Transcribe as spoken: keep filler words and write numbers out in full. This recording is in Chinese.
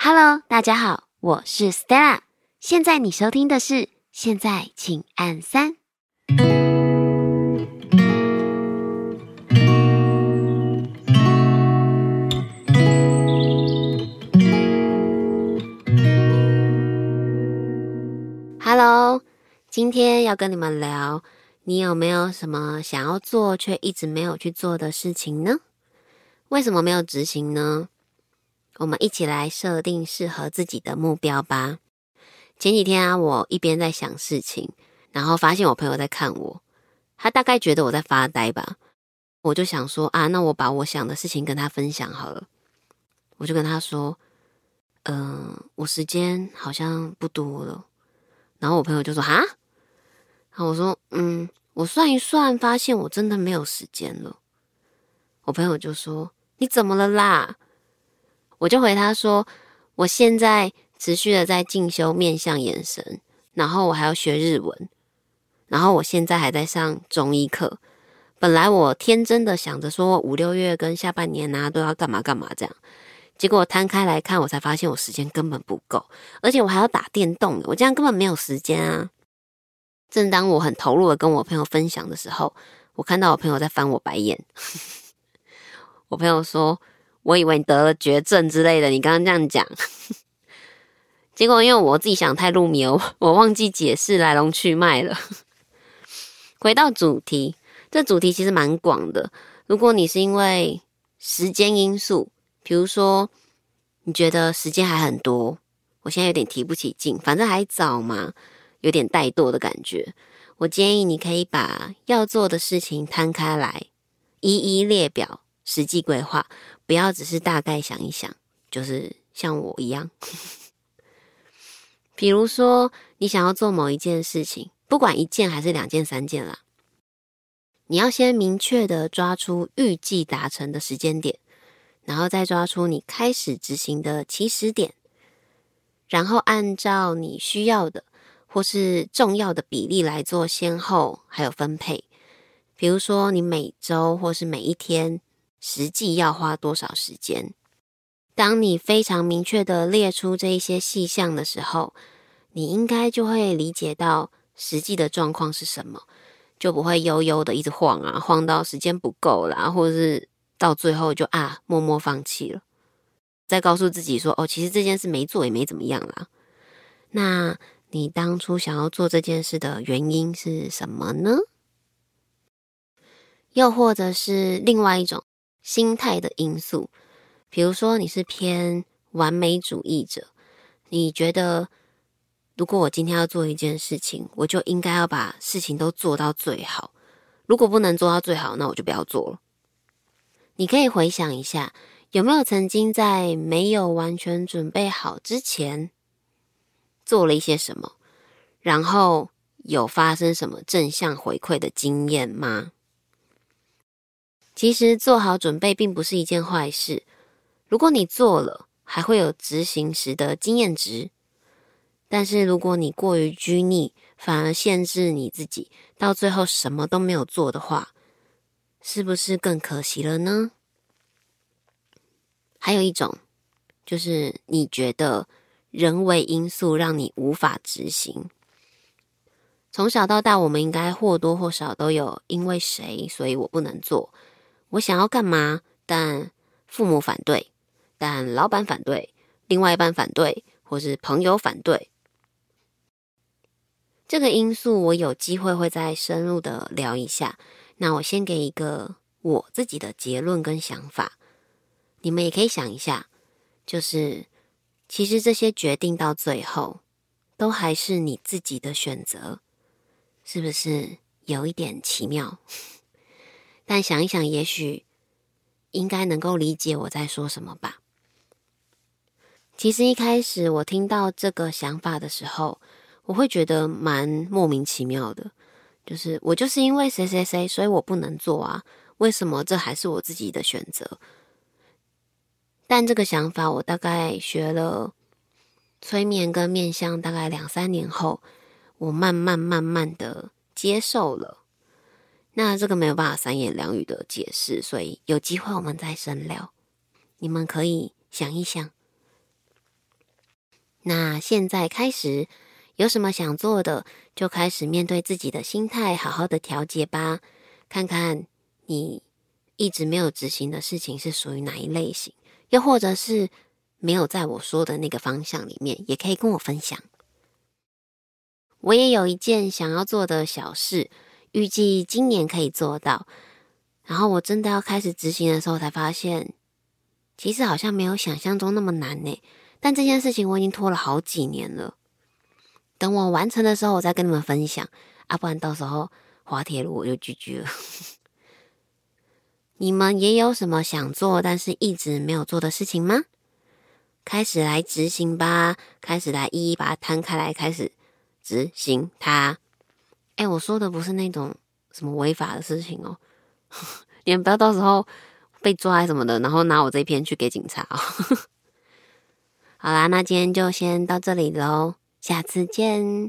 Hello， 大家好，我是 Stella。现在你收听的是，现在请按三。Hello， 今天要跟你们聊，你有没有什么想要做却一直没有去做的事情呢？为什么没有执行呢？我们一起来设定适合自己的目标吧。前几天啊，我一边在想事情，然后发现我朋友在看我，他大概觉得我在发呆吧。我就想说啊，那我把我想的事情跟他分享好了。我就跟他说，嗯、呃，我时间好像不多了。然后我朋友就说哈，然后我说嗯，我算一算，发现我真的没有时间了。我朋友就说你怎么了啦？我就回他说，我现在持续的在进修面向眼神，然后我还要学日文，然后我现在还在上中医课。本来我天真的想着说五六月跟下半年啊都要干嘛干嘛这样，结果摊开来看，我才发现我时间根本不够，而且我还要打电动，我这样根本没有时间啊。正当我很投入的跟我朋友分享的时候，我看到我朋友在翻我白眼。我朋友说，我以为你得了绝症之类的，你刚刚这样讲。结果因为我自己想太入迷，我忘记解释来龙去脉了。回到主题，这主题其实蛮广的。如果你是因为时间因素，比如说你觉得时间还很多，我现在有点提不起劲，反正还早嘛，有点怠惰的感觉，我建议你可以把要做的事情摊开来，一一列表，实际规划，不要只是大概想一想，就是像我一样。比如说你想要做某一件事情，不管一件还是两件三件啦，你要先明确的抓出预计达成的时间点，然后再抓出你开始执行的起始点，然后按照你需要的或是重要的比例来做先后还有分配。比如说你每周或是每一天实际要花多少时间。当你非常明确的列出这一些细项的时候，你应该就会理解到实际的状况是什么，就不会悠悠的一直晃啊，晃到时间不够啦，或者是到最后就啊默默放弃了。再告诉自己说，哦，其实这件事没做也没怎么样啦。那你当初想要做这件事的原因是什么呢？又或者是另外一种心态的因素，比如说你是偏完美主义者，你觉得如果我今天要做一件事情，我就应该要把事情都做到最好，如果不能做到最好，那我就不要做了。你可以回想一下，有没有曾经在没有完全准备好之前做了一些什么，然后有发生什么正向回馈的经验吗？其实做好准备并不是一件坏事，如果你做了，还会有执行时的经验值。但是如果你过于拘泥，反而限制你自己，到最后什么都没有做的话，是不是更可惜了呢？还有一种，就是你觉得人为因素让你无法执行。从小到大，我们应该或多或少都有因为谁，所以我不能做。我想要干嘛，但父母反对，但老板反对，另外一半反对，或是朋友反对。这个因素我有机会会再深入的聊一下。那我先给一个我自己的结论跟想法，你们也可以想一下，就是其实这些决定到最后都还是你自己的选择，是不是有一点奇妙？但想一想，也许应该能够理解我在说什么吧。其实一开始我听到这个想法的时候，我会觉得蛮莫名其妙的，就是我就是因为谁谁谁，所以我不能做啊，为什么这还是我自己的选择？但这个想法我大概学了催眠跟面向大概两三年后，我慢慢慢慢的接受了。那这个没有办法三言两语的解释，所以有机会我们再深聊。你们可以想一想。 那现在开始，有什么想做的，就开始面对自己的心态，好好的调节吧。看看你一直没有执行的事情是属于哪一类型，又或者是没有在我说的那个方向里面，也可以跟我分享。我也有一件想要做的小事，预计今年可以做到。然后我真的要开始执行的时候，才发现其实好像没有想象中那么难呢。但这件事情我已经拖了好几年了，等我完成的时候，我再跟你们分享啊，不然到时候滑铁卢我就 G G 了。你们也有什么想做但是一直没有做的事情吗？开始来执行吧，开始来一一把它摊开来，开始执行它。诶，我说的不是那种什么违法的事情哦，你们不要到时候被抓什么的，然后拿我这一篇去给警察哦。好啦，那今天就先到这里咯，下次见。